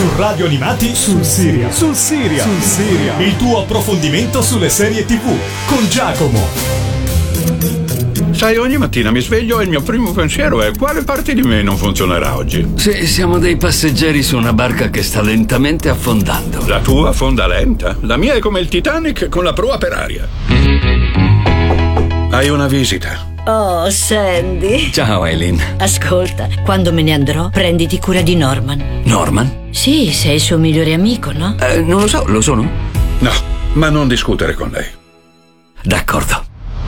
Su Radio Animati sul Siria. Sul Siria. Sul Siria. Il tuo approfondimento sulle serie TV con Giacomo. Sai, ogni mattina mi sveglio e il mio primo pensiero è: quale parte di me non funzionerà oggi? Sì, siamo dei passeggeri su una barca che sta lentamente affondando. La tua affonda lenta? La mia è come il Titanic con la prua per aria. Hai una visita. Oh, Sandy. Ciao, Eileen. Ascolta, quando me ne andrò, prenditi cura di Norman. Norman? Sì, sei il suo migliore amico, no? Non lo so, lo sono? No, ma non discutere con lei. D'accordo.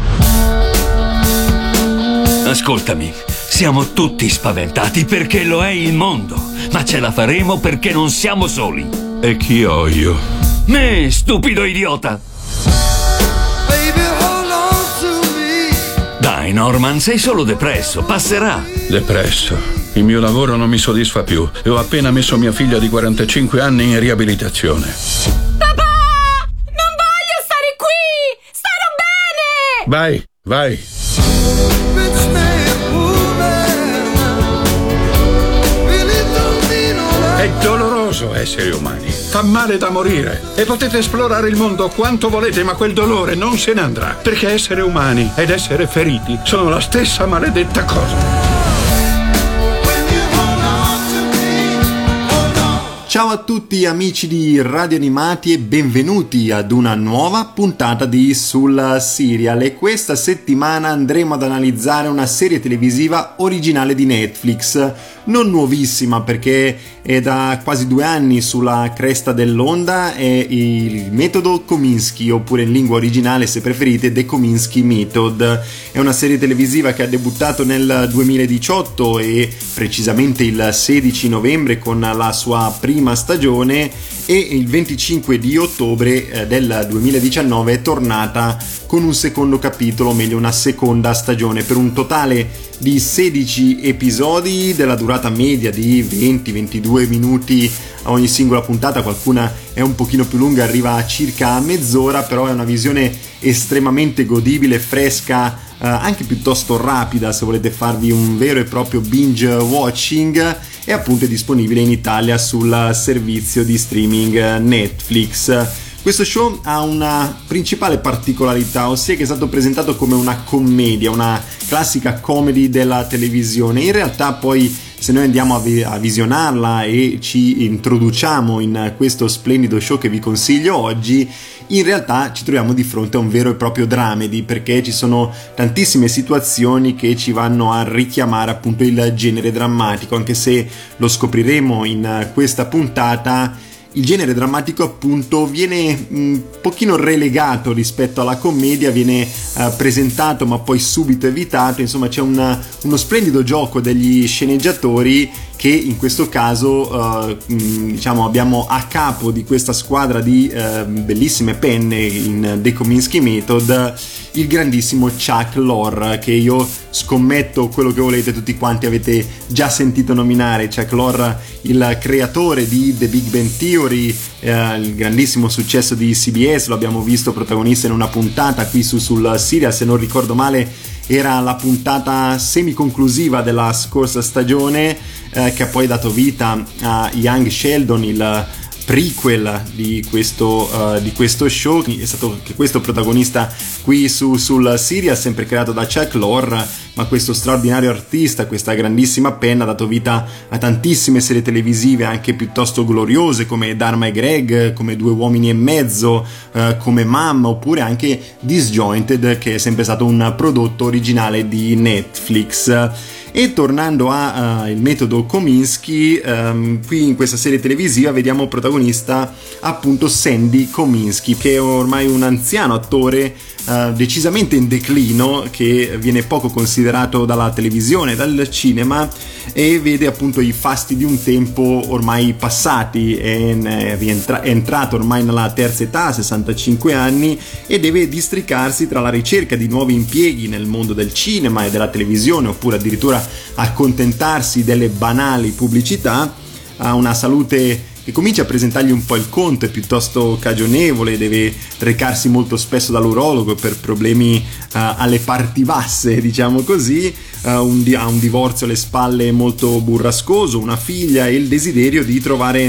Ascoltami, siamo tutti spaventati perché lo è il mondo, ma ce la faremo perché non siamo soli. E chi ho io? Me, stupido idiota! Dai, Norman, sei solo depresso, passerà. Depresso. Il mio lavoro non mi soddisfa più e ho appena messo mia figlia di 45 anni in riabilitazione. Papà! Non voglio stare qui! Starò bene! Vai, vai. È doloroso essere umani, fa male da morire e potete esplorare il mondo quanto volete, ma quel dolore non se ne andrà, perché essere umani ed essere feriti sono la stessa maledetta cosa. Ciao a tutti amici di Radio Animati e benvenuti ad una nuova puntata di Sul Serial. E questa settimana andremo ad analizzare una serie televisiva originale di Netflix, non nuovissima perché è da quasi 2 anni sulla cresta dell'onda, è il metodo Kominsky, oppure in lingua originale, se preferite, The Kominsky Method. È una serie televisiva che ha debuttato nel 2018 e precisamente il 16 novembre con la sua prima stagione, e il 25 di ottobre del 2019 è tornata con un secondo capitolo, o meglio una seconda stagione, per un totale di 16 episodi della durata media di 20-22 minuti a ogni singola puntata. Qualcuna è un pochino più lunga, arriva a circa mezz'ora, però è una visione estremamente godibile, fresca, anche piuttosto rapida se volete farvi un vero e proprio binge watching, e appunto è disponibile in Italia sul servizio di streaming Netflix. Questo show ha una principale particolarità, ossia che è stato presentato come una commedia, una classica comedy della televisione. In realtà poi, se noi andiamo a visionarla e ci introduciamo in questo splendido show che vi consiglio oggi, in realtà ci troviamo di fronte a un vero e proprio dramedy, perché ci sono tantissime situazioni che ci vanno a richiamare appunto il genere drammatico, anche se lo scopriremo in questa puntata. Il genere drammatico appunto viene un pochino relegato rispetto alla commedia, viene presentato ma poi subito evitato. Insomma, c'è uno splendido gioco degli sceneggiatori che in questo caso diciamo abbiamo a capo di questa squadra di bellissime penne in The Kominsky Method il grandissimo Chuck Lorre, che io scommetto quello che volete tutti quanti avete già sentito nominare. Chuck Lorre, il creatore di The Big Bang Theory, il grandissimo successo di CBS, lo abbiamo visto protagonista in una puntata qui sul Serial, se non ricordo male era la puntata semiconclusiva della scorsa stagione, che ha poi dato vita a Young Sheldon, il prequel di questo show. È stato anche questo protagonista qui sul Serial, sempre creato da Chuck Lorre, ma questo straordinario artista, questa grandissima penna, ha dato vita a tantissime serie televisive anche piuttosto gloriose, come Dharma e Greg, come 2 uomini e mezzo, come Mom, oppure anche Disjointed, che è sempre stato un prodotto originale di Netflix. E tornando al metodo Kominsky, qui in questa serie televisiva vediamo protagonista appunto Sandy Kominsky, che è ormai un anziano attore decisamente in declino, che viene poco considerato dalla televisione, dal cinema, e vede appunto i fasti di un tempo ormai passati. È entrato ormai nella terza età, 65 anni, e deve districarsi tra la ricerca di nuovi impieghi nel mondo del cinema e della televisione, oppure addirittura accontentarsi delle banali pubblicità. Ha una salute che comincia a presentargli un po' il conto, è piuttosto cagionevole, deve recarsi molto spesso dall'urologo per problemi alle parti basse, diciamo così. Ha un divorzio alle spalle molto burrascoso, una figlia e il desiderio di trovare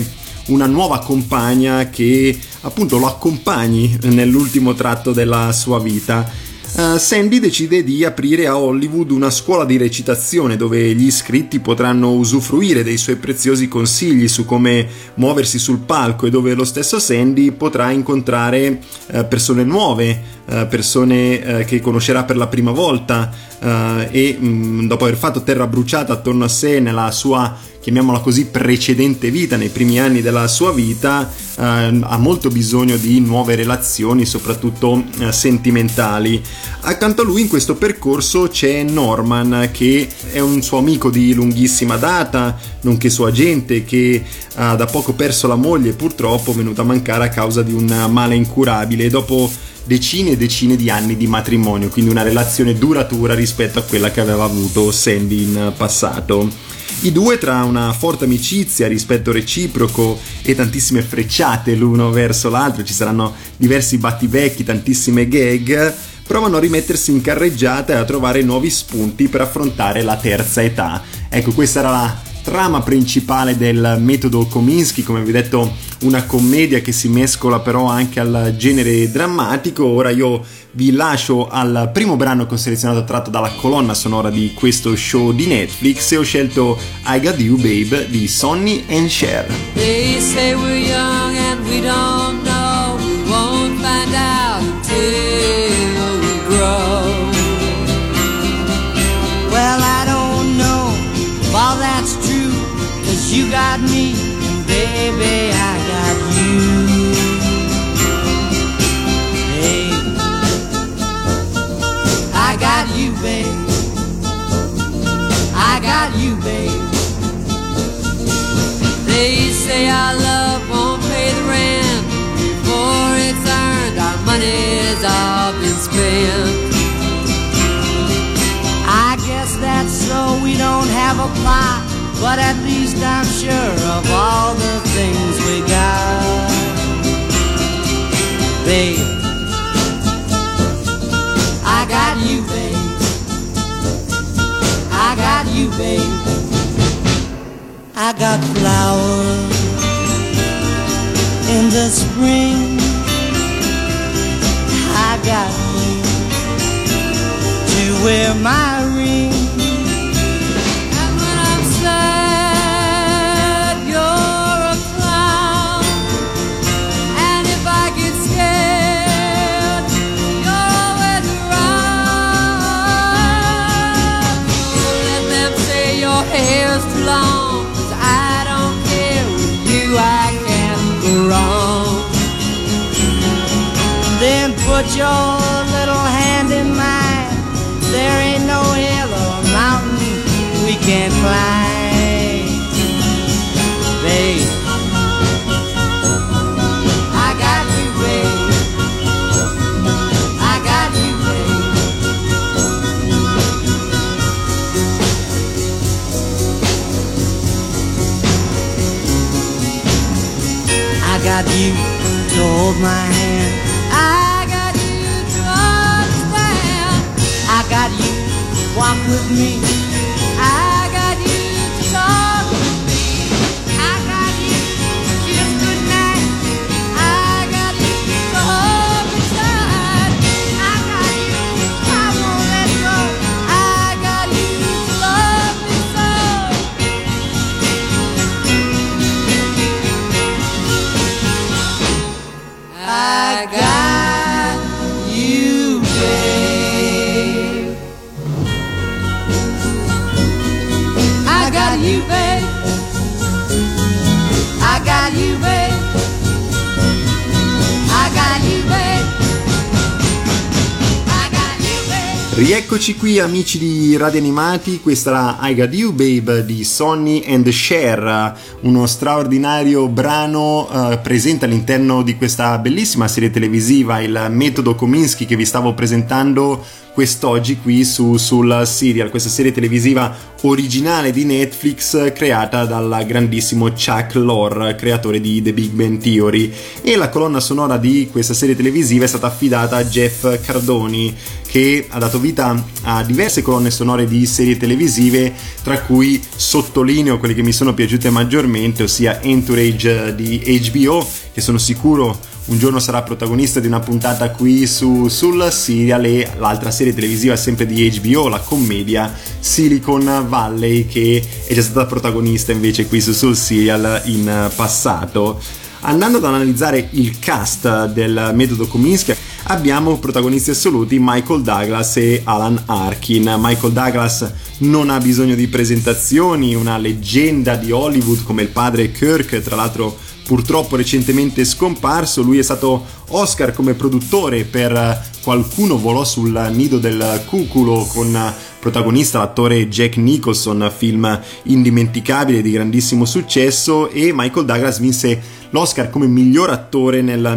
una nuova compagna che appunto lo accompagni nell'ultimo tratto della sua vita. Sandy decide di aprire a Hollywood una scuola di recitazione dove gli iscritti potranno usufruire dei suoi preziosi consigli su come muoversi sul palco e dove lo stesso Sandy potrà incontrare persone nuove, persone che conoscerà per la prima volta e dopo aver fatto terra bruciata attorno a sé nella sua, chiamiamola così, precedente vita, nei primi anni della sua vita, ha molto bisogno di nuove relazioni, soprattutto sentimentali. Accanto a lui in questo percorso c'è Norman, che è un suo amico di lunghissima data, nonché suo agente, che ha da poco perso la moglie, purtroppo venuta a mancare a causa di un male incurabile dopo decine e decine di anni di matrimonio, quindi una relazione duratura rispetto a quella che aveva avuto Sandy in passato. I due, tra una forte amicizia, rispetto reciproco e tantissime frecciate l'uno verso l'altro, ci saranno diversi battibecchi, tantissime gag, provano a rimettersi in carreggiata e a trovare nuovi spunti per affrontare la terza età. Ecco, questa era la trama principale del metodo Kominsky, come vi ho detto una commedia che si mescola però anche al genere drammatico. Ora io vi lascio al primo brano che ho selezionato tratto dalla colonna sonora di questo show di Netflix e ho scelto I Got You Babe di Sonny and Cher. They say we're young and we don't know, we won't find out until we grow. Well, I don't know if all that's true, 'cause you got me and baby I got you. Hey, I got you, babe. I got you, babe. They say our love won't pay the rent before it's earned, our money's all been spent. I guess that's so we don't have a plot, but at least I'm sure of all the things we got. Babe, I got you, babe. I got you, babe. I got flowers in the spring. I got you to wear my ring. And when I'm sad, you're a clown. And if I get scared, you're always around. So let them say your hair's too long, I can't go wrong. Then put your little hand in mine. There ain't no hill or mountain we can't climb. Babe, I got you, babe. I got you, babe. I got you to hold my hand. I got you to understand. I got you to walk with me. I got you to talk with me. I got you to kiss goodnight. I got you to hold me tight. I got you, I won't let go. I got you to love me so. I got you, babe. I got you, babe. I got you, babe. I got you, babe. I got you, babe. Rieccoci qui amici di Radio Animati, questa era I Got You Babe di Sonny and Cher, uno straordinario brano presente all'interno di questa bellissima serie televisiva, il metodo Kominsky, che vi stavo presentando quest'oggi qui sul Serial, questa serie televisiva originale di Netflix creata dal grandissimo Chuck Lorre, creatore di The Big Bang Theory, e la colonna sonora di questa serie televisiva è stata affidata a Jeff Cardoni, che ha dato vita a diverse colonne sonore di serie televisive, tra cui sottolineo quelle che mi sono piaciute maggiormente, ossia Entourage di HBO, che sono sicuro un giorno sarà protagonista di una puntata qui sul Serial, e l'altra serie televisiva sempre di HBO, la commedia Silicon Valley, che è già stata protagonista invece qui sul Serial in passato. Andando ad analizzare il cast del metodo Kominsky, abbiamo protagonisti assoluti Michael Douglas e Alan Arkin. Michael Douglas non ha bisogno di presentazioni, una leggenda di Hollywood come il padre Kirk, tra l'altro purtroppo recentemente scomparso. Lui è stato Oscar come produttore per Qualcuno volò sul nido del cuculo, con protagonista l'attore Jack Nicholson, film indimenticabile di grandissimo successo, e Michael Douglas vinse l'Oscar come miglior attore nel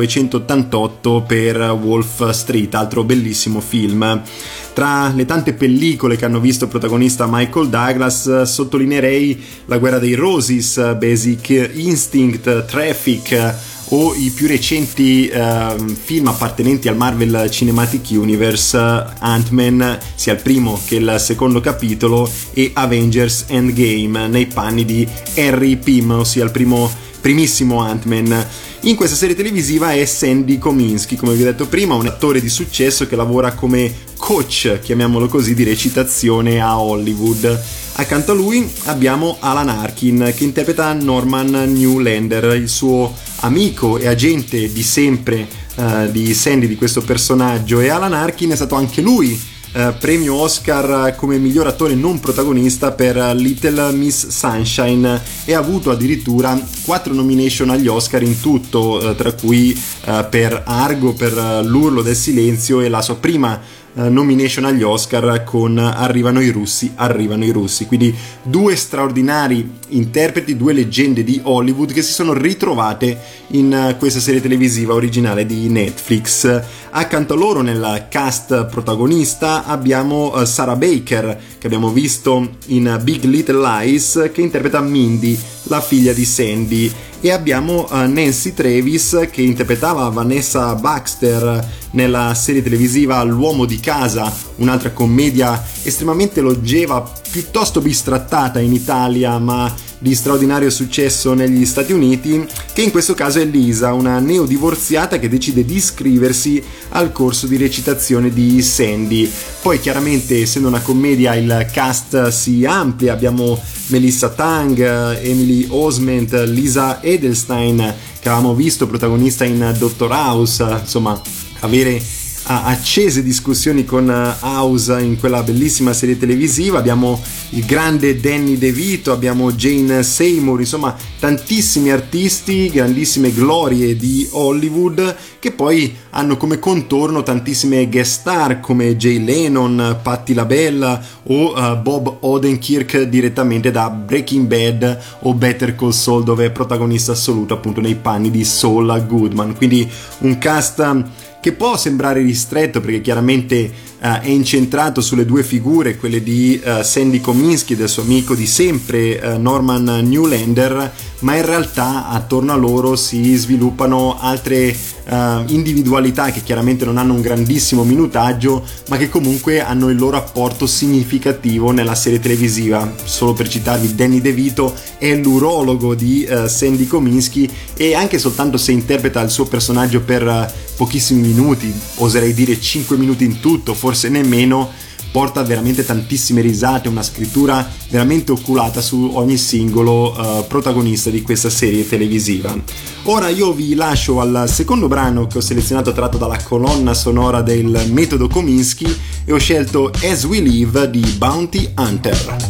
1988 per Wolf Street, altro bellissimo film. Tra le tante pellicole che hanno visto protagonista Michael Douglas sottolineerei La guerra dei Roses, Basic Instinct, Traffic o i più recenti film appartenenti al Marvel Cinematic Universe, Ant-Man, sia il primo che il secondo capitolo, e Avengers Endgame nei panni di Harry Pym, ossia il primissimo Ant-Man. In questa serie televisiva è Sandy Kominsky, come vi ho detto prima, un attore di successo che lavora come coach, chiamiamolo così, di recitazione a Hollywood. Accanto a lui abbiamo Alan Arkin, che interpreta Norman Newlander, il suo amico e agente di sempre di Sandy, di questo personaggio. E Alan Arkin è stato anche lui premio Oscar come miglior attore non protagonista per Little Miss Sunshine, e ha avuto addirittura 4 nomination agli Oscar in tutto, tra cui per Argo, per L'Urlo del Silenzio, e la sua prima nomination agli Oscar con Arrivano i russi. Quindi 2 straordinari interpreti, 2 leggende di Hollywood che si sono ritrovate in questa serie televisiva originale di Netflix. Accanto a loro nel cast protagonista abbiamo Sarah Baker, che abbiamo visto in Big Little Lies, che interpreta Mindy, la figlia di Sandy, e abbiamo Nancy Travis, che interpretava Vanessa Baxter nella serie televisiva L'uomo di casa, un'altra commedia estremamente longeva, piuttosto bistrattata in Italia, ma di straordinario successo negli Stati Uniti, che in questo caso è Lisa, una neodivorziata che decide di iscriversi al corso di recitazione di Sandy. Poi chiaramente, essendo una commedia, il cast si amplia, abbiamo Melissa Tang, Emily Osment, Lisa Edelstein, che avevamo visto protagonista in Dr. House, insomma avere accese discussioni con House in quella bellissima serie televisiva. Abbiamo il grande Danny DeVito, abbiamo Jane Seymour, insomma tantissimi artisti, grandissime glorie di Hollywood, che poi hanno come contorno tantissime guest star come Jay Leno, Patti LaBelle o Bob Odenkirk direttamente da Breaking Bad o Better Call Saul, dove è protagonista assoluto appunto nei panni di Saul Goodman. Quindi un cast che può sembrare ristretto, perché chiaramente è incentrato sulle 2 figure, quelle di Sandy Kominsky e del suo amico di sempre Norman Newlander, ma in realtà attorno a loro si sviluppano altre individualità che chiaramente non hanno un grandissimo minutaggio, ma che comunque hanno il loro apporto significativo nella serie televisiva. Solo per citarvi, Danny DeVito è l'urologo di Sandy Kominsky, e anche soltanto se interpreta il suo personaggio per pochissimi minuti, oserei dire 5 minuti in tutto, forse nemmeno, porta veramente tantissime risate, una scrittura veramente oculata su ogni singolo protagonista di questa serie televisiva. Ora io vi lascio al secondo brano che ho selezionato, tratto dalla colonna sonora del metodo Kominsky, e ho scelto As We Live di Bounty Hunter.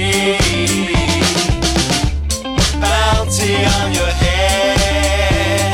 On your head.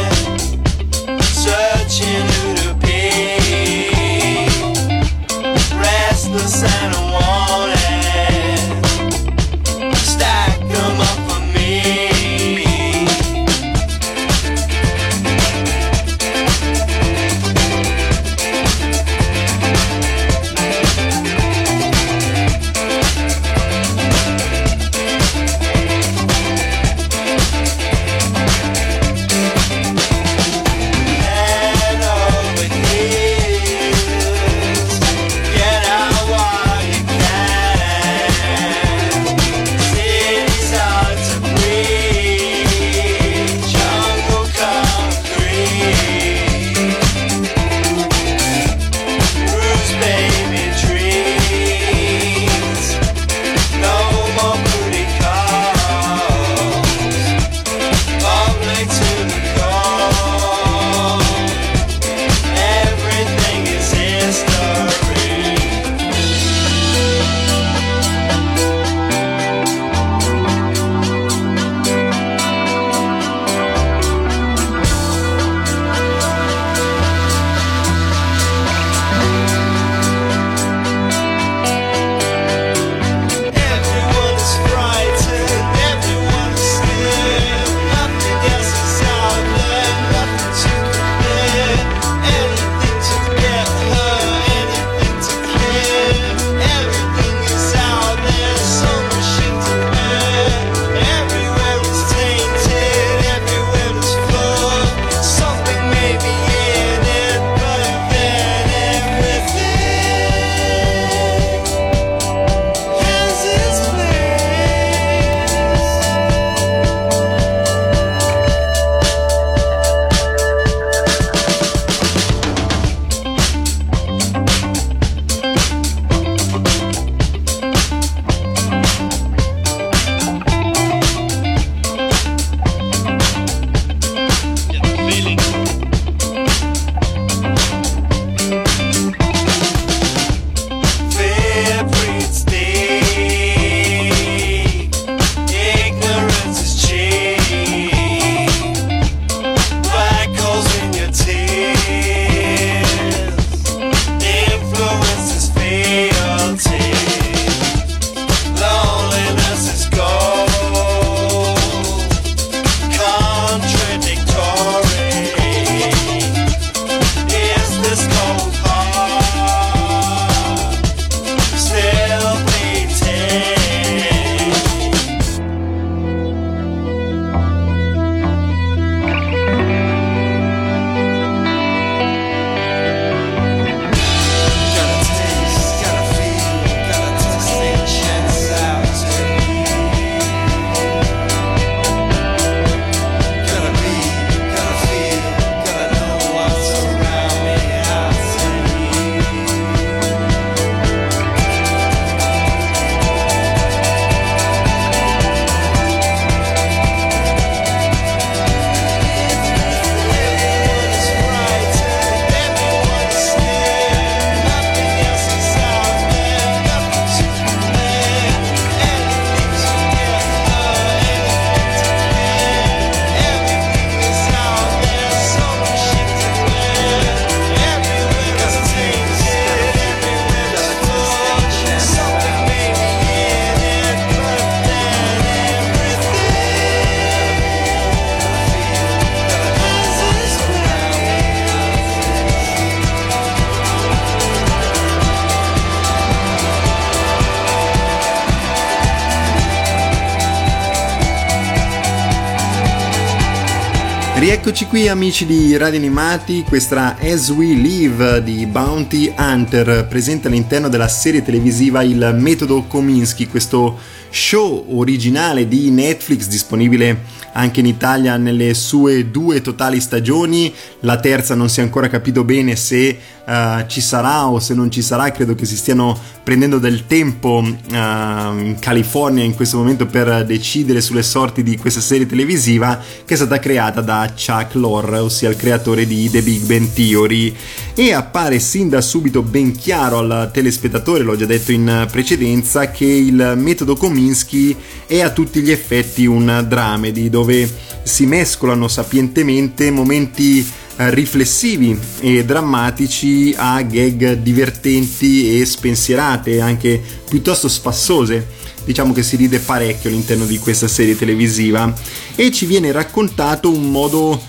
Rieccoci qui amici di Radio Animati, questa As We Live di Bounty Hunter presente all'interno della serie televisiva Il Metodo Kominsky, questo show originale di Netflix disponibile anche in Italia nelle sue 2 totali stagioni. La terza non si è ancora capito bene se ci sarà o se non ci sarà, credo che si stiano prendendo del tempo in California in questo momento per decidere sulle sorti di questa serie televisiva che è stata creata da Chuck Lorre, ossia il creatore di The Big Bang Theory, e appare sin da subito ben chiaro al telespettatore, l'ho già detto in precedenza, che il metodo Kominsky è a tutti gli effetti un dramedy dove si mescolano sapientemente momenti riflessivi e drammatici a gag divertenti e spensierate, anche piuttosto spassose. Diciamo che si ride parecchio all'interno di questa serie televisiva e ci viene raccontato in modo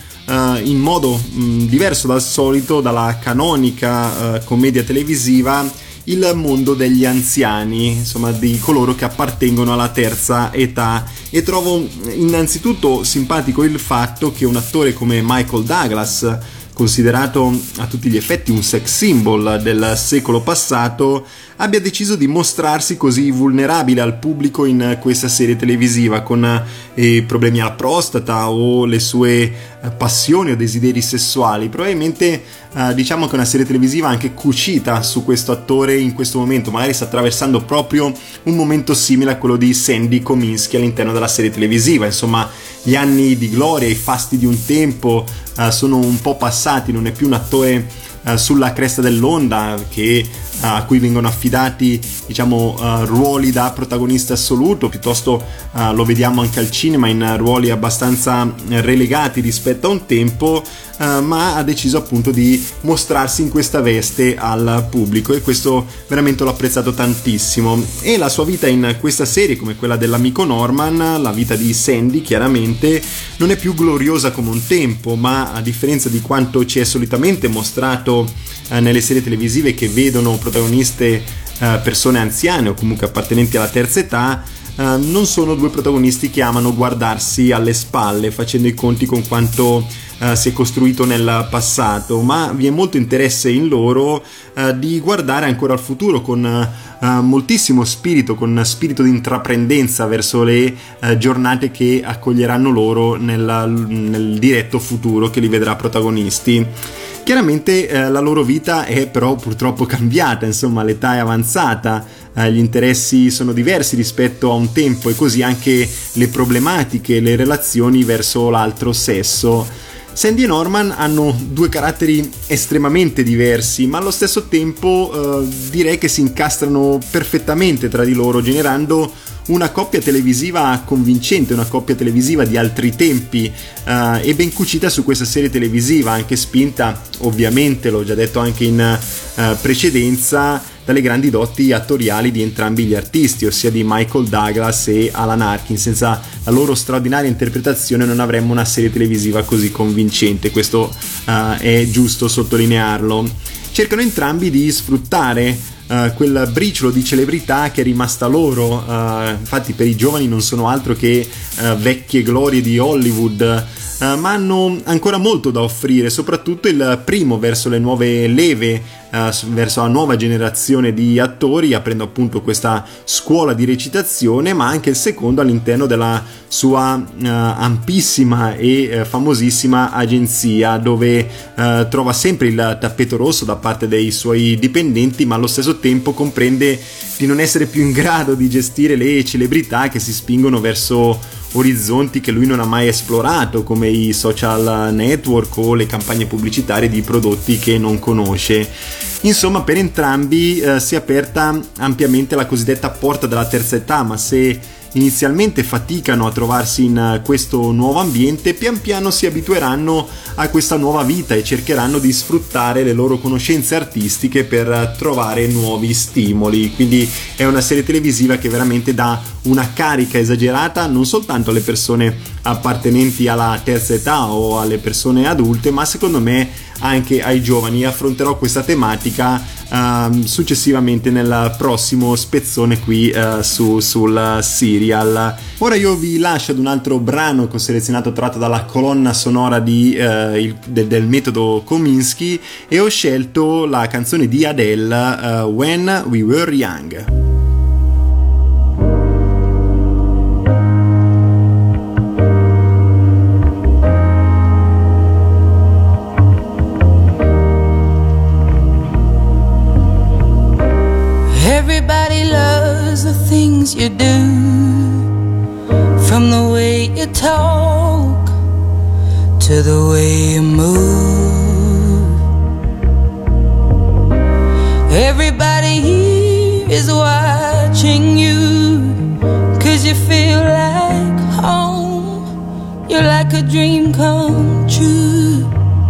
diverso dal solito, dalla canonica commedia televisiva, il mondo degli anziani, insomma di coloro che appartengono alla terza età. E trovo innanzitutto simpatico il fatto che un attore come Michael Douglas, considerato a tutti gli effetti un sex symbol del secolo passato, abbia deciso di mostrarsi così vulnerabile al pubblico in questa serie televisiva, con problemi alla prostata o le sue passioni o desideri sessuali. Probabilmente diciamo che è una serie televisiva anche cucita su questo attore in questo momento, magari sta attraversando proprio un momento simile a quello di Sandy Kominsky all'interno della serie televisiva. Insomma, gli anni di gloria, i fasti di un tempo sono un po' passati, non è più un attore sulla cresta dell'onda a cui vengono affidati, diciamo, ruoli da protagonista assoluto, piuttosto lo vediamo anche al cinema in ruoli abbastanza relegati rispetto a un tempo, ma ha deciso appunto di mostrarsi in questa veste al pubblico e questo veramente l'ho apprezzato tantissimo. E la sua vita in questa serie, come quella dell'amico Norman, la vita di Sandy chiaramente non è più gloriosa come un tempo, ma a differenza di quanto ci è solitamente mostrato nelle serie televisive che vedono protagoniste persone anziane o comunque appartenenti alla terza età, non sono 2 protagonisti che amano guardarsi alle spalle facendo i conti con quanto si è costruito nel passato, ma vi è molto interesse in loro di guardare ancora al futuro con moltissimo spirito, con spirito di intraprendenza verso le giornate che accoglieranno loro nel diretto futuro che li vedrà protagonisti. Chiaramente la loro vita è però purtroppo cambiata, insomma l'età è avanzata, gli interessi sono diversi rispetto a un tempo e così anche le problematiche, le relazioni verso l'altro sesso. Sandy e Norman hanno 2 caratteri estremamente diversi, ma allo stesso tempo direi che si incastrano perfettamente tra di loro, generando una coppia televisiva convincente, una coppia televisiva di altri tempi e ben cucita su questa serie televisiva, anche spinta ovviamente, l'ho già detto anche in precedenza, dalle grandi doti attoriali di entrambi gli artisti, ossia di Michael Douglas e Alan Arkin. Senza la loro straordinaria interpretazione non avremmo una serie televisiva così convincente, questo è giusto sottolinearlo. Cercano entrambi di sfruttare quel briciolo di celebrità che è rimasta loro, infatti per i giovani non sono altro che vecchie glorie di Hollywood, ma hanno ancora molto da offrire, soprattutto il primo verso le nuove leve, verso la nuova generazione di attori, aprendo appunto questa scuola di recitazione, ma anche il secondo all'interno della sua ampissima e famosissima agenzia, dove trova sempre il tappeto rosso da parte dei suoi dipendenti, ma allo stesso tempo comprende di non essere più in grado di gestire le celebrità che si spingono verso orizzonti che lui non ha mai esplorato, come i social network o le campagne pubblicitarie di prodotti che non conosce. Insomma, per entrambi si è aperta ampiamente la cosiddetta porta della terza età, ma se inizialmente faticano a trovarsi in questo nuovo ambiente, pian piano si abitueranno a questa nuova vita e cercheranno di sfruttare le loro conoscenze artistiche per trovare nuovi stimoli. Quindi è una serie televisiva che veramente dà una carica esagerata non soltanto alle persone appartenenti alla terza età o alle persone adulte, ma secondo me anche ai giovani. Affronterò questa tematica successivamente nel prossimo spezzone qui sul serial. Ora io vi lascio ad un altro brano che ho selezionato tratto dalla colonna sonora del metodo Kominsky, e ho scelto la canzone di Adele, When We Were Young. Everybody loves the things you do, from the way you talk to the way you move. Everybody here is watching you, 'cause you feel like home. You're like a dream come true.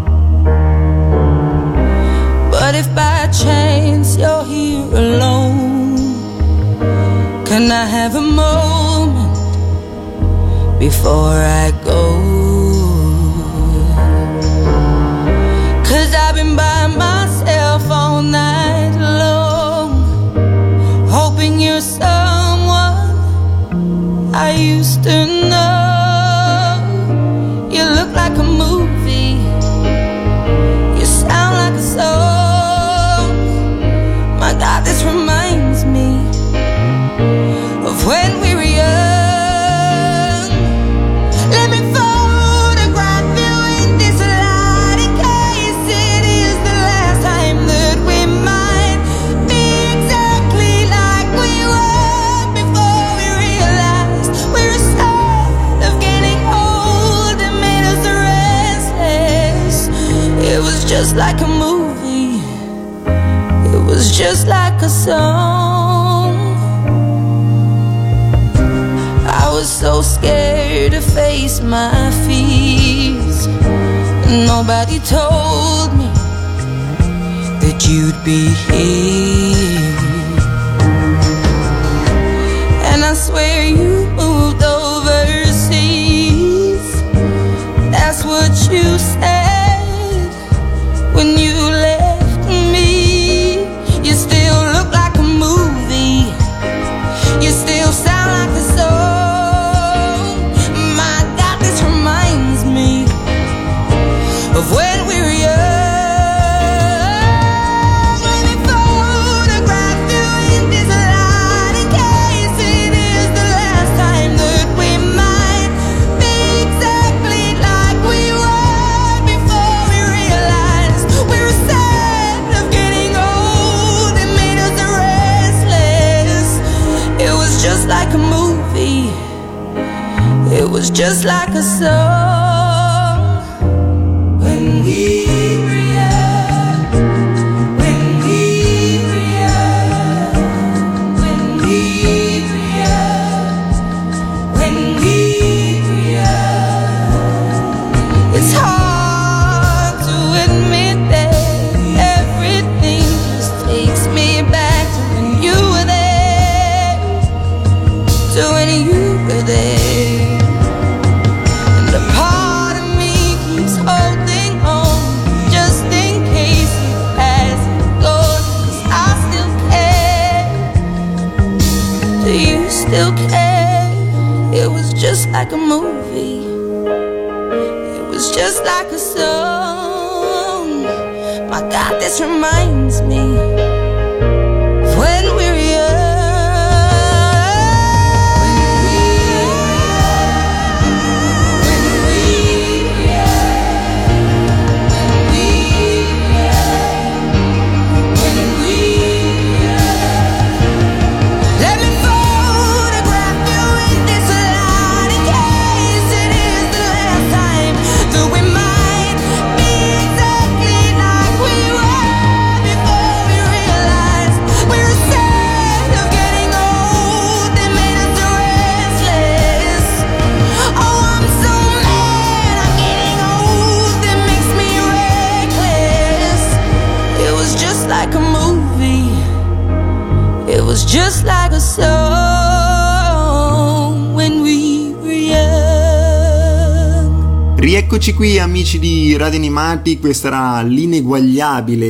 But if by chance you're here alone, can I have a moment before I go? 'Cause I've been by myself all night long, hoping you're someone I used to know. You look like a movie, you sound like a song. My God, this reminds me of when we were young. Let me photograph you in this light, in case it is the last time that we might be exactly like we were before we realized we're sad of getting old and made us restless. It was just like a movie, it was just like a song. I was so scared to face my fears, and nobody told me that you'd be here. And I swear you moved overseas, that's what you said when you left me. You still look like a movie, you still sound like a song. My God, this reminds me of when we were young. Let me photograph you in this light, in case it is the last time that we might be exactly like we were before we realized we were sad of getting old and made us restless. It was just like a movie, it was just like a song. When we were young, when we were young, when we were young, when we were young. It's hard to admit that everything just takes me back to when you were there, to when you were there. And a part of me keeps holding on, just in case it hasn't gone, 'cause I still care. Do you still care? It was just like a movie, it was just like a song. My God, this reminds me of when we were young. When we were young, when we were young, when we were young. Let me photograph you in this light, in case it is the last time that we might be exactly like we were before we realized we were sad of getting old and made us restless. Oh, I'm so mad I'm getting old, it makes me reckless. It was just like a movie, it was just like a song when we were young. Rieccoci qui amici di Radio Animati, questa era l'ineguagliabile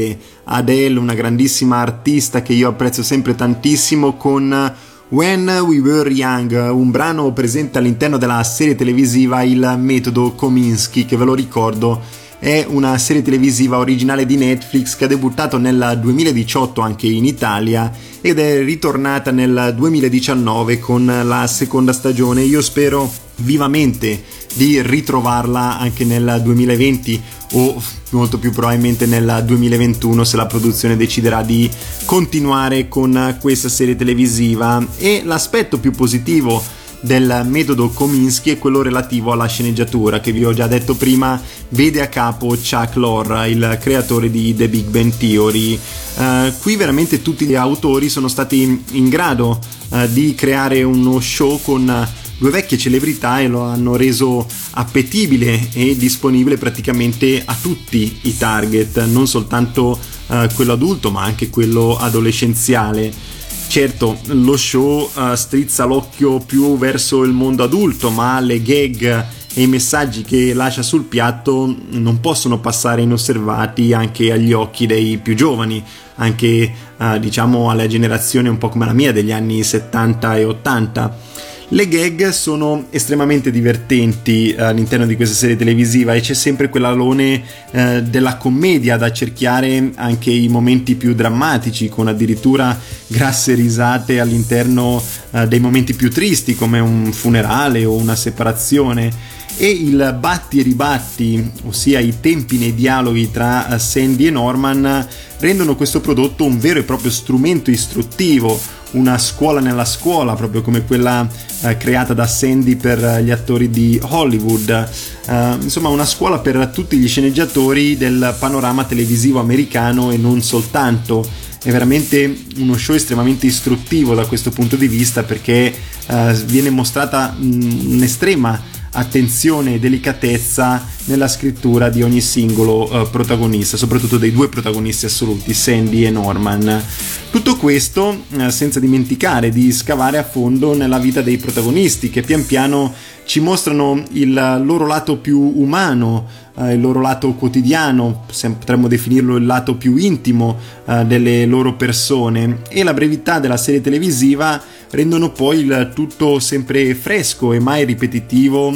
Adele, una grandissima artista che io apprezzo sempre tantissimo, con When We Were Young, un brano presente all'interno della serie televisiva Il Metodo Kominsky, che ve lo ricordo è una serie televisiva originale di Netflix che ha debuttato nel 2018 anche in Italia ed è ritornata nel 2019 con la seconda stagione. Io spero vivamente di ritrovarla anche nel 2020 o molto più probabilmente nel 2021, se la produzione deciderà di continuare con questa serie televisiva. E l'aspetto più positivo del metodo Kominsky è quello relativo alla sceneggiatura, che vi ho già detto prima vede a capo Chuck Lorre, il creatore di The Big Bang Theory. Qui veramente tutti gli autori sono stati in grado di creare uno show con due vecchie celebrità e lo hanno reso appetibile e disponibile praticamente a tutti i target, non soltanto quello adulto ma anche quello adolescenziale. Certo, lo show strizza l'occhio più verso il mondo adulto, ma le gag e i messaggi che lascia sul piatto non possono passare inosservati anche agli occhi dei più giovani, anche diciamo alla generazione un po' come la mia degli anni 70 e 80. Le gag sono estremamente divertenti all'interno di questa serie televisiva e c'è sempre quell'alone della commedia da cerchiare anche i momenti più drammatici, con addirittura grasse risate all'interno dei momenti più tristi come un funerale o una separazione. E il batti e ribatti, ossia i tempi nei dialoghi tra Sandy e Norman, rendono questo prodotto un vero e proprio strumento istruttivo, una scuola nella scuola, proprio come quella creata da Sandy per gli attori di Hollywood. Insomma, una scuola per tutti gli sceneggiatori del panorama televisivo americano e non soltanto. È veramente uno show estremamente istruttivo da questo punto di vista, perché viene mostrata un'estrema attenzione e delicatezza nella scrittura di ogni singolo protagonista, soprattutto dei due protagonisti assoluti, Sandy e Norman. Tutto questo senza dimenticare di scavare a fondo nella vita dei protagonisti, che pian piano ci mostrano il loro lato più umano, il loro lato quotidiano, potremmo definirlo il lato più intimo delle loro persone, e la brevità della serie televisiva rendono poi il tutto sempre fresco e mai ripetitivo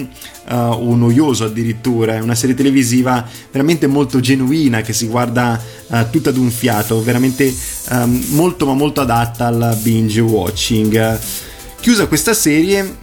o noioso addirittura. È una serie televisiva veramente molto genuina che si guarda tutta ad un fiato, veramente molto ma molto adatta al binge watching. Chiusa questa serie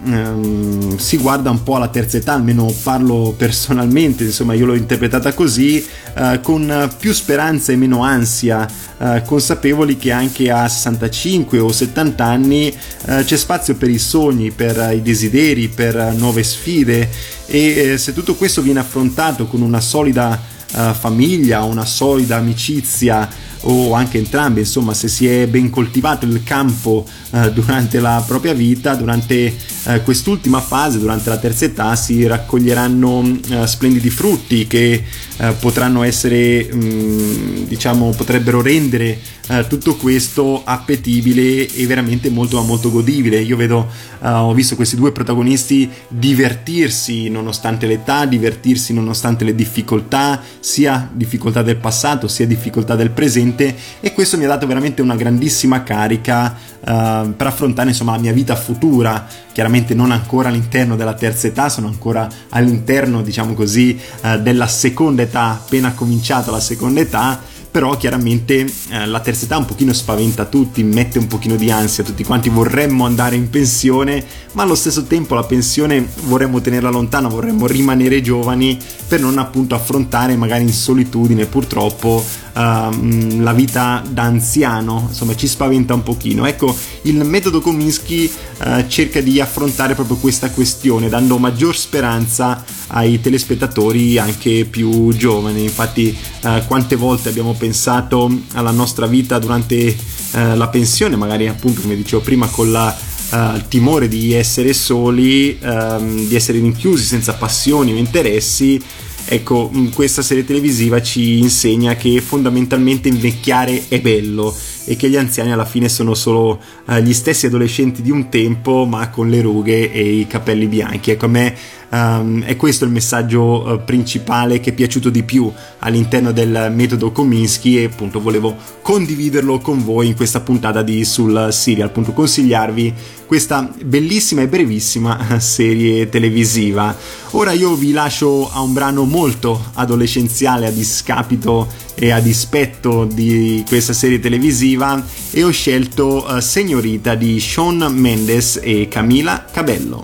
si guarda un po' alla terza età, almeno parlo personalmente, insomma io l'ho interpretata così, con più speranza e meno ansia, consapevoli che anche a 65 o 70 anni c'è spazio per i sogni, per i desideri, per nuove sfide, e se tutto questo viene affrontato con una solida famiglia, una solida amicizia o anche entrambe, insomma, se si è ben coltivato il campo durante la propria vita, durante quest'ultima fase, durante la terza età, si raccoglieranno splendidi frutti che potranno essere diciamo, potrebbero rendere tutto questo appetibile e veramente molto ma molto godibile. Io ho visto questi due protagonisti divertirsi nonostante l'età, divertirsi nonostante le difficoltà, sia difficoltà del passato sia difficoltà del presente, e questo mi ha dato veramente una grandissima carica per affrontare, insomma, la mia vita futura. Chiaramente non ancora all'interno della terza età, sono ancora all'interno, diciamo così, della seconda età, appena cominciata la seconda età, però chiaramente la terza età un pochino spaventa tutti, mette un pochino di ansia, tutti quanti vorremmo andare in pensione, ma allo stesso tempo la pensione vorremmo tenerla lontana, vorremmo rimanere giovani per non appunto affrontare magari in solitudine purtroppo la vita da anziano. Insomma, ci spaventa un pochino. Ecco, il metodo Kominsky cerca di affrontare proprio questa questione, dando maggior speranza ai telespettatori anche più giovani. Infatti quante volte abbiamo pensato alla nostra vita durante la pensione, magari appunto come dicevo prima con il timore di essere soli, di essere rinchiusi senza passioni o interessi. Ecco, questa serie televisiva ci insegna che fondamentalmente invecchiare è bello e che gli anziani alla fine sono solo gli stessi adolescenti di un tempo, ma con le rughe e i capelli bianchi. Ecco, a me È questo il messaggio principale che è piaciuto di più all'interno del metodo Kominsky, e appunto volevo condividerlo con voi in questa puntata di Sul Serial, appunto consigliarvi questa bellissima e brevissima serie televisiva. Ora io vi lascio a un brano molto adolescenziale a discapito e a dispetto di questa serie televisiva, e ho scelto Señorita di Shawn Mendes e Camila Cabello.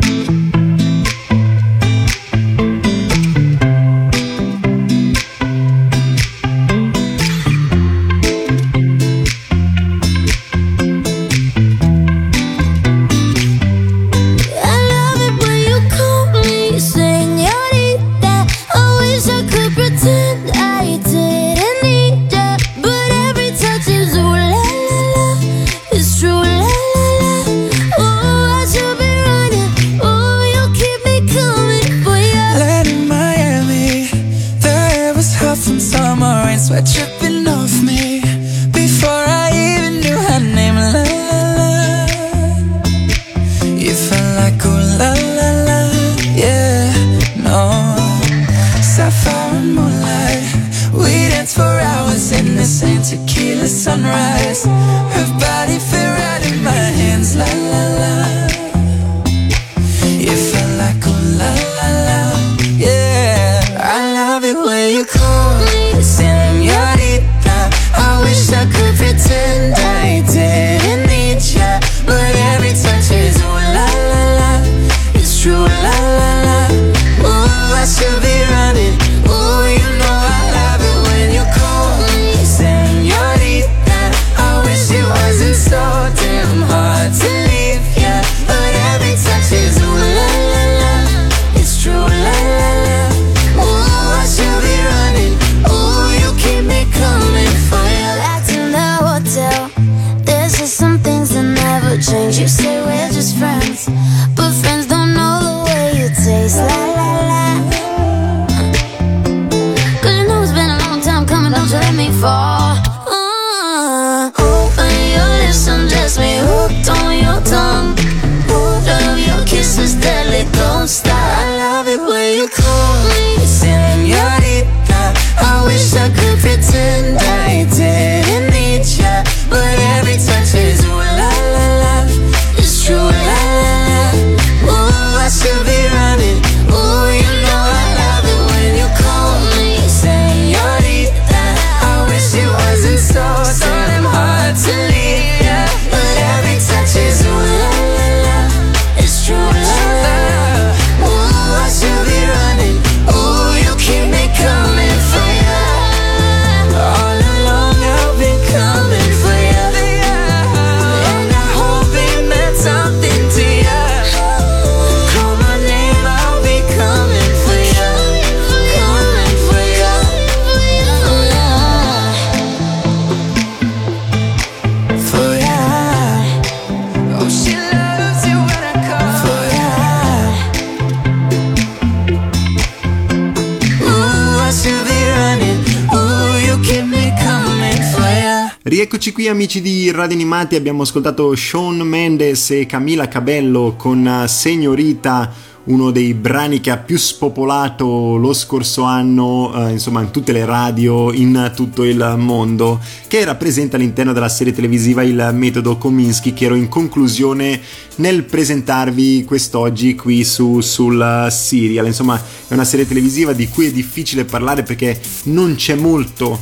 Rieccoci qui amici di Radio Animati, abbiamo ascoltato Shawn Mendes e Camila Cabello con Señorita, uno dei brani che ha più spopolato lo scorso anno, insomma in tutte le radio in tutto il mondo, che rappresenta all'interno della serie televisiva il metodo Kominsky, che ero in conclusione nel presentarvi quest'oggi qui sul Serial. Insomma è una serie televisiva di cui è difficile parlare perché non c'è molto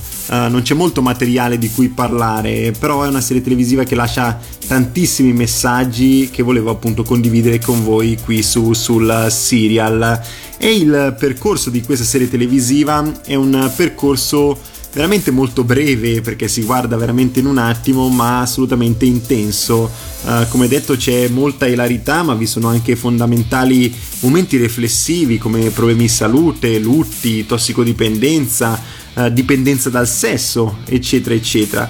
materiale di cui parlare, però è una serie televisiva che lascia tantissimi messaggi che volevo appunto condividere con voi qui sul Serial. E il percorso di questa serie televisiva è un percorso veramente molto breve, perché si guarda veramente in un attimo, ma assolutamente intenso. Come detto, c'è molta ilarità, ma vi sono anche fondamentali momenti riflessivi come problemi di salute, lutti, tossicodipendenza, dipendenza dal sesso, eccetera eccetera.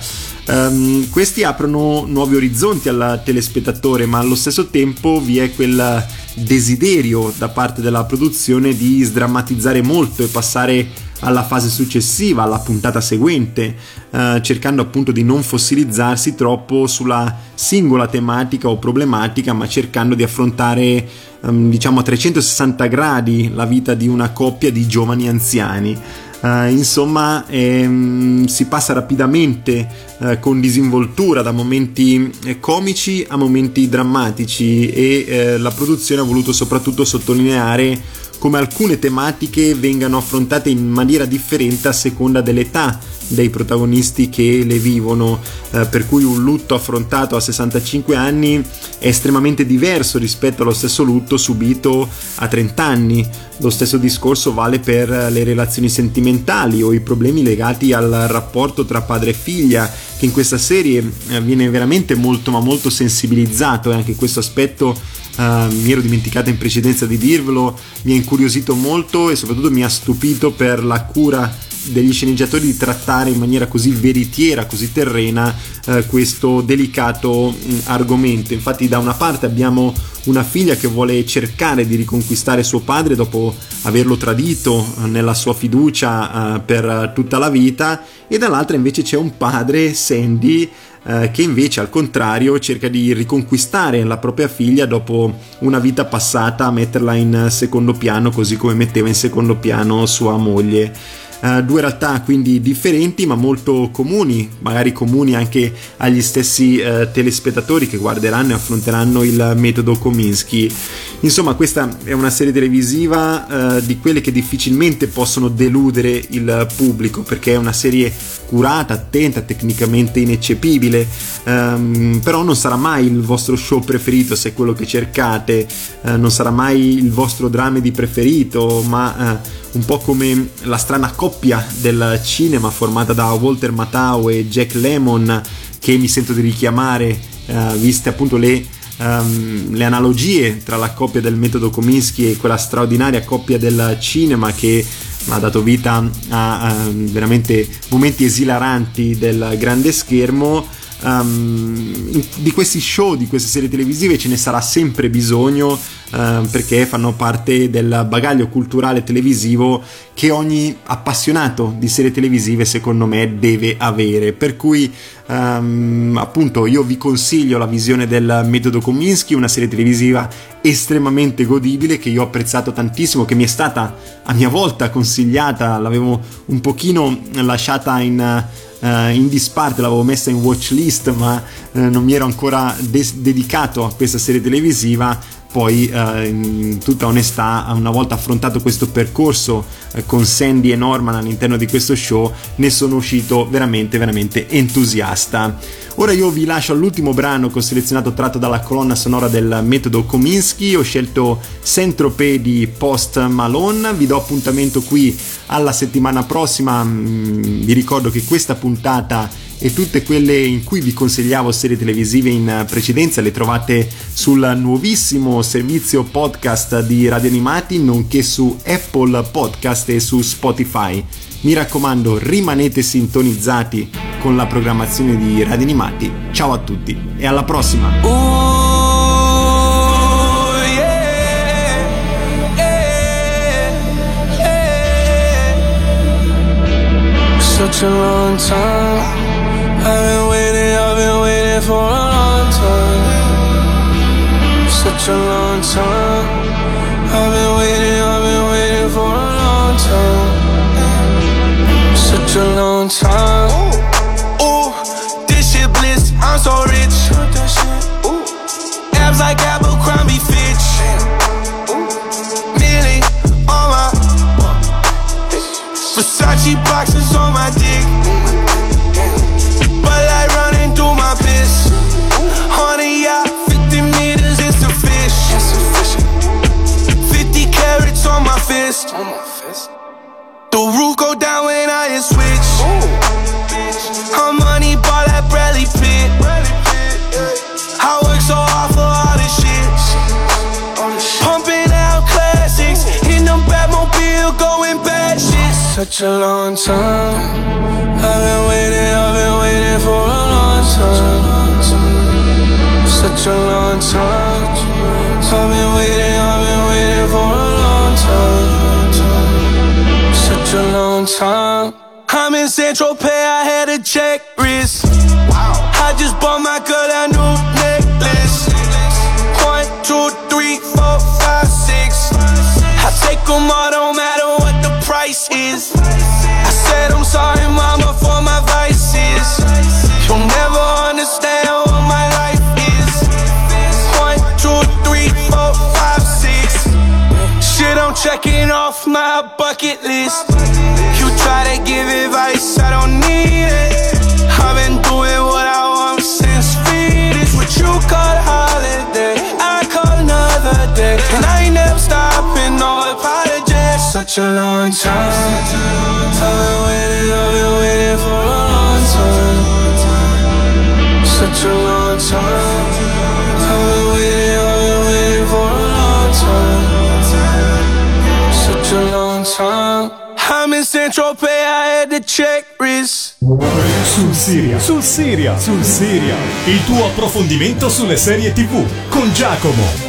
Questi aprono nuovi orizzonti al telespettatore, ma allo stesso tempo vi è quel desiderio da parte della produzione di sdrammatizzare molto e passare alla fase successiva, alla puntata seguente, cercando appunto di non fossilizzarsi troppo sulla singola tematica o problematica, ma cercando di affrontare diciamo a 360 gradi la vita di una coppia di giovani anziani. Insomma, si passa rapidamente con disinvoltura da momenti comici a momenti drammatici e la produzione ha voluto soprattutto sottolineare come alcune tematiche vengano affrontate in maniera differente a seconda dell'età dei protagonisti che le vivono, per cui un lutto affrontato a 65 anni è estremamente diverso rispetto allo stesso lutto subito a 30 anni. Lo stesso discorso vale per le relazioni sentimentali o i problemi legati al rapporto tra padre e figlia, che in questa serie viene veramente molto ma molto sensibilizzato, e anche questo aspetto mi ero dimenticato in precedenza di dirvelo, mi ha incuriosito molto e soprattutto mi ha stupito per la cura degli sceneggiatori di trattare in maniera così veritiera, così terrena questo delicato argomento. Infatti da una parte abbiamo una figlia che vuole cercare di riconquistare suo padre dopo averlo tradito nella sua fiducia per tutta la vita, e dall'altra invece c'è un padre, Sandy, che invece al contrario cerca di riconquistare la propria figlia dopo una vita passata a metterla in secondo piano, così come metteva in secondo piano sua moglie. Due realtà quindi differenti ma molto comuni, magari comuni anche agli stessi telespettatori che guarderanno e affronteranno il metodo Kominsky. Insomma, questa è una serie televisiva di quelle che difficilmente possono deludere il pubblico, perché è una serie curata, attenta, tecnicamente ineccepibile, però non sarà mai il vostro show preferito se è quello che cercate, non sarà mai il vostro dramedy preferito, ma un po' come la strana coppia del cinema formata da Walter Matthau e Jack Lemmon, che mi sento di richiamare, viste appunto le analogie tra la coppia del metodo Kominsky e quella straordinaria coppia del cinema che ha dato vita a veramente momenti esilaranti del grande schermo. Di questi show, di queste serie televisive ce ne sarà sempre bisogno, perché fanno parte del bagaglio culturale televisivo che ogni appassionato di serie televisive secondo me deve avere, per cui appunto io vi consiglio la visione del metodo Kominsky, una serie televisiva estremamente godibile che io ho apprezzato tantissimo, che mi è stata a mia volta consigliata, l'avevo un pochino lasciata in disparte, l'avevo messa in watch list, ma non mi ero ancora dedicato a questa serie televisiva. Poi in tutta onestà, una volta affrontato questo percorso con Sandy e Norman all'interno di questo show, ne sono uscito veramente veramente entusiasta. Ora io vi lascio all'ultimo brano che ho selezionato tratto dalla colonna sonora del metodo Kominsky. Ho scelto Saint-Tropez di Post Malone. Vi do appuntamento qui alla settimana prossima. Vi ricordo che questa puntata e tutte quelle in cui vi consigliavo serie televisive in precedenza le trovate sul nuovissimo servizio podcast di Radio Animati, nonché su Apple Podcast e su Spotify. Mi raccomando, rimanete sintonizzati con la programmazione di Radio Animati. Ciao a tutti e alla prossima! Such a long time I've been waiting for a long time. Such a long time I've been waiting for a long time. Such a long time. Ooh, this shit bliss, I'm so rich. Abs like Abercrombie Fitch. Millie on my Versace boxes on my dick. But like running through my piss. On a yacht, 50 meters, it's a fish. 50 carats on my fist. The roof go down when I hit switch. Her money ball like Bradley Pitt. I work so hard for all this shit. Pumping out classics in the Batmobile, going bad shit. Such a long time I've been waiting for a long time. Such a long time I've been waiting for a long time. Such a long long time. I'm in Central Pay, I had a check wrist. I just bought my girl a new necklace. 1, 2, 3, 4, 5, 6. I take them all, don't matter what the price is. I said I'm sorry, mama, for my vices. You'll never understand what my life is. 1, 2, 3, 4, 5, 6. Shit, I'm checking off my bucket list. You try to give advice, I don't need it. I've been doing what I want since Phoenix. What you call holiday, I call another day. And I ain't never stopping, no apologies. Such a long time. I've been waiting for a long time. Such a long time. I've been waiting for a long time. Such a long time. I'm in Central Pay, I had to check wrist. Sul Siria, il tuo approfondimento sulle serie TV con Giacomo.